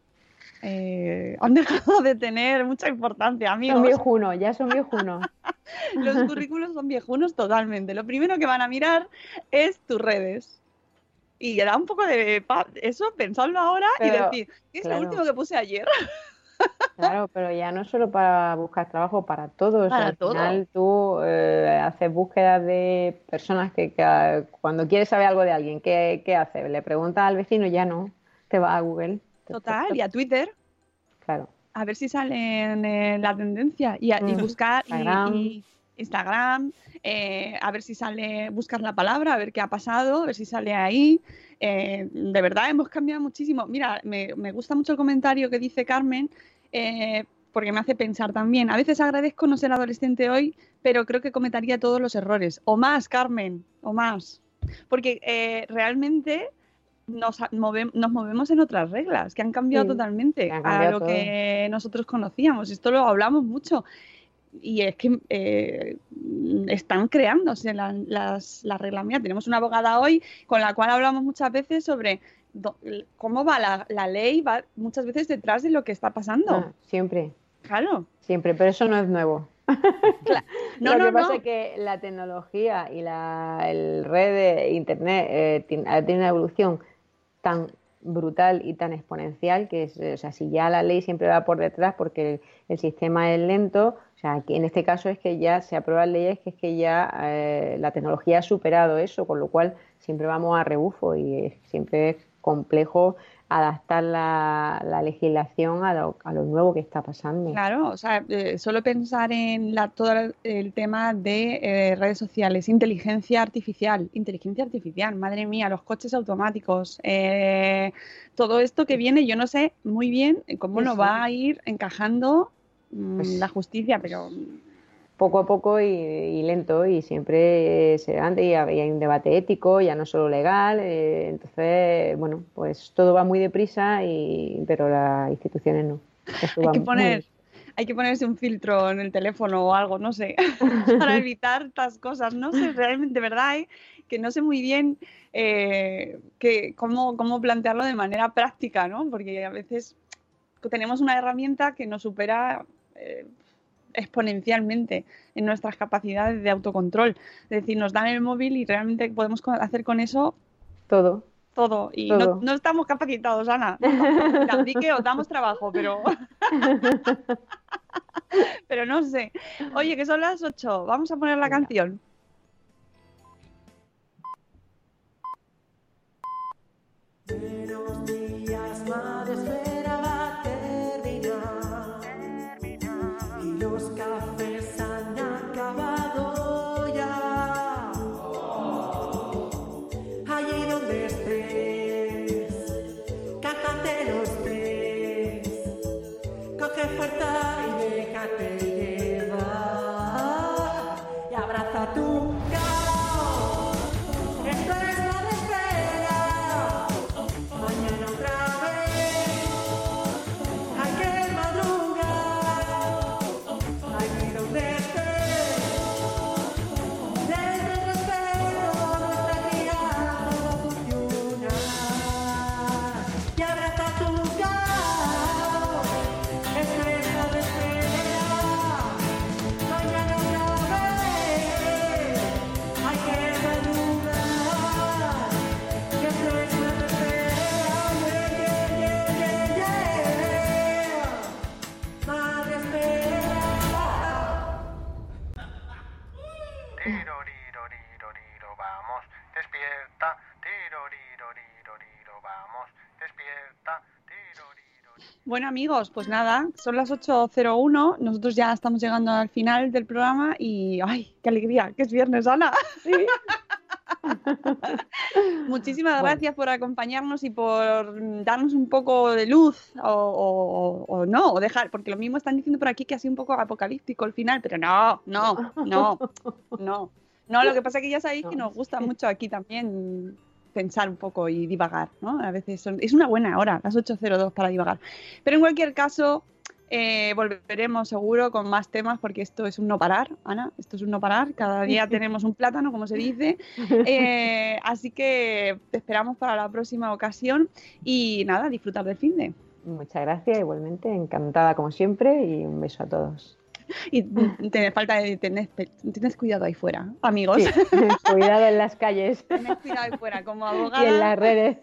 Eh, han dejado de tener mucha importancia, amigos. Son viejunos, ya son viejunos. Los currículos son viejunos totalmente. Lo primero que van a mirar es tus redes. Y da un poco de eso, pensarlo ahora pero, y decir, ¿qué es claro. lo último que puse ayer? Claro, pero ya no solo para buscar trabajo, para todo. Para o sea, al todo. final tú eh, haces búsquedas de personas que, que cuando quieres saber algo de alguien, ¿qué, qué haces? Le preguntas al vecino, ya no, te vas a Google. Total, y a Twitter. Claro. A ver si sale en eh, la tendencia. Y, a, mm. y buscar Instagram, y, y Instagram eh, a ver si sale, buscar la palabra, a ver qué ha pasado, a ver si sale ahí. Eh, de verdad, hemos cambiado muchísimo. Mira, me, me gusta mucho el comentario que dice Carmen, eh, porque me hace pensar también. A veces agradezco no ser adolescente hoy, pero creo que cometería todos los errores. O más, Carmen, o más. Porque eh, realmente... Nos, move, nos movemos en otras reglas que han cambiado sí, totalmente han cambiado a lo todo. Que nosotros conocíamos. Esto lo hablamos mucho y es que eh, están creándose la, las, las reglas. Mira, tenemos una abogada hoy con la cual hablamos muchas veces sobre do, cómo va la, la ley, va muchas veces detrás de lo que está pasando. Ah, siempre. Claro. Siempre, pero eso no es nuevo. Claro. No, lo no, que pasa no. es que la tecnología y la el red de internet eh, tiene, tiene una evolución tan brutal y tan exponencial que es, o sea, si ya la ley siempre va por detrás porque el, el sistema es lento, o sea, aquí en este caso es que ya se aprueban leyes que es que ya eh, la tecnología ha superado eso, con lo cual siempre vamos a rebufo y es, siempre es complejo adaptar la, la legislación a lo, a lo nuevo que está pasando. Claro, o sea, eh, solo pensar en la, todo el tema de eh, redes sociales, inteligencia artificial, inteligencia artificial, madre mía, los coches automáticos, eh, todo esto que viene, yo no sé muy bien cómo Sí, nos sí. va a ir encajando mm, Pues- la justicia, pero Poco a poco y, y lento y siempre eh, se levanta y hay hay un debate ético, ya no solo legal, eh, entonces, bueno, pues todo va muy deprisa, y, pero las instituciones no. Esto hay va que muy- poner, hay que ponerse un filtro en el teléfono o algo, no sé, para evitar estas cosas. No sé, realmente, de verdad, ¿eh? Que no sé muy bien eh, que, cómo, cómo plantearlo de manera práctica, ¿no? Porque a veces tenemos una herramienta que nos supera eh, exponencialmente en nuestras capacidades de autocontrol. Es decir, nos dan el móvil y realmente podemos co- hacer con eso Todo. todo. Y Todo. No, no estamos capacitados, Ana. No estamos capacitados. Di que os damos trabajo, pero... pero no sé. Oye, que son las ocho. Vamos a poner la canción. Buenos días, madre esfera va a terminar. Y los cafés han acabado ya. Allí donde estés, cátate los tres. Coge fuerza y déjate llevar. Y abraza tu caos. Esto es madre esfera. Mañana otra vez hay que madrugar, allí donde estés, desde el respeto nuestra guía todo funciona. Y abraza tu caos, esto es madre esfera. Mañana otra vez hay que madrugar, que esto es madre esfera. Madre espera. Tiroriroririroriro, vamos, despierta. Tiroriroririroriro, vamos, despierta. Bueno, amigos, pues nada, son las ocho cero uno. Nosotros ya estamos llegando al final del programa y ¡ay, qué alegría! Que es viernes, Ana. Muchísimas gracias por acompañarnos y por darnos un poco de luz o, o- o no, o dejar, porque lo mismo están diciendo por aquí que ha sido un poco apocalíptico el final, pero no, no, no, no. No, lo que pasa es que ya sabéis que nos gusta mucho aquí también pensar un poco y divagar, ¿no? A veces son- es una buena hora, las ocho cero dos para divagar. Pero en cualquier caso, eh, volveremos seguro con más temas porque esto es un no parar, Ana, esto es un no parar. Cada día tenemos un plátano, como se dice. Eh, así que te esperamos para la próxima ocasión y nada, disfrutar del finde. Muchas gracias, igualmente, encantada como siempre, y un beso a todos. Y tened falta de tened, tened cuidado ahí fuera, amigos. Sí, cuidado en las calles Tened cuidado ahí fuera, como abogada. y en las redes.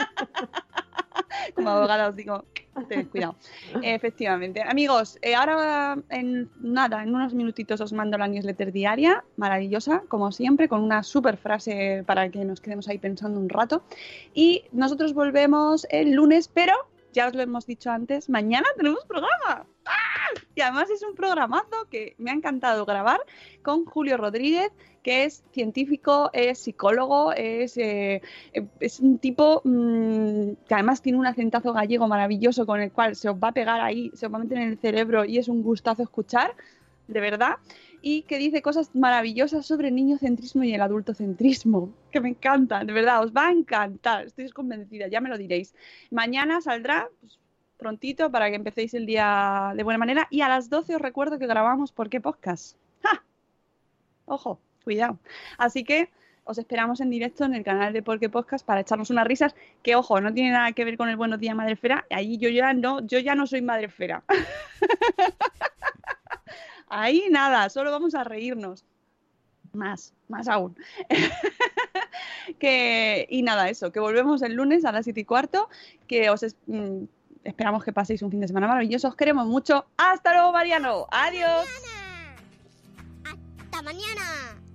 Como abogada os digo, tened cuidado. Efectivamente. Amigos, eh, ahora en nada, en unos minutitos os mando la newsletter diaria, maravillosa, como siempre, con una super frase para que nos quedemos ahí pensando un rato. Y nosotros volvemos el lunes, pero ya os lo hemos dicho antes, mañana tenemos programa. ¡Ah! Y además es un programazo que me ha encantado grabar con Julio Rodríguez, que es científico, es psicólogo, es, eh, es un tipo mmm, que además tiene un acentazo gallego maravilloso con el cual se os va a pegar ahí, se os va a meter en el cerebro y es un gustazo escuchar, de verdad, y que dice cosas maravillosas sobre el niñocentrismo y el adultocentrismo, que me encantan, de verdad, os va a encantar, estoy convencida, ya me lo diréis. Mañana saldrá pues, prontito para que empecéis el día de buena manera y a las doce os recuerdo que grabamos ¿Por qué podcast? ¡Ja! Ojo, cuidado. Así que os esperamos en directo en el canal de Por qué Podcast para echarnos unas risas, que ojo, no tiene nada que ver con el Buenos Días Madrefera, ahí yo ya no, yo ya no soy Madrefera. Ahí nada, solo vamos a reírnos. Más, más aún. que, y nada, eso, que volvemos el lunes a las siete y cuarto, que os es, mm, esperamos que paséis un fin de semana maravilloso, os queremos mucho. ¡Hasta luego, Mariano! ¡Adiós! ¡Hasta mañana!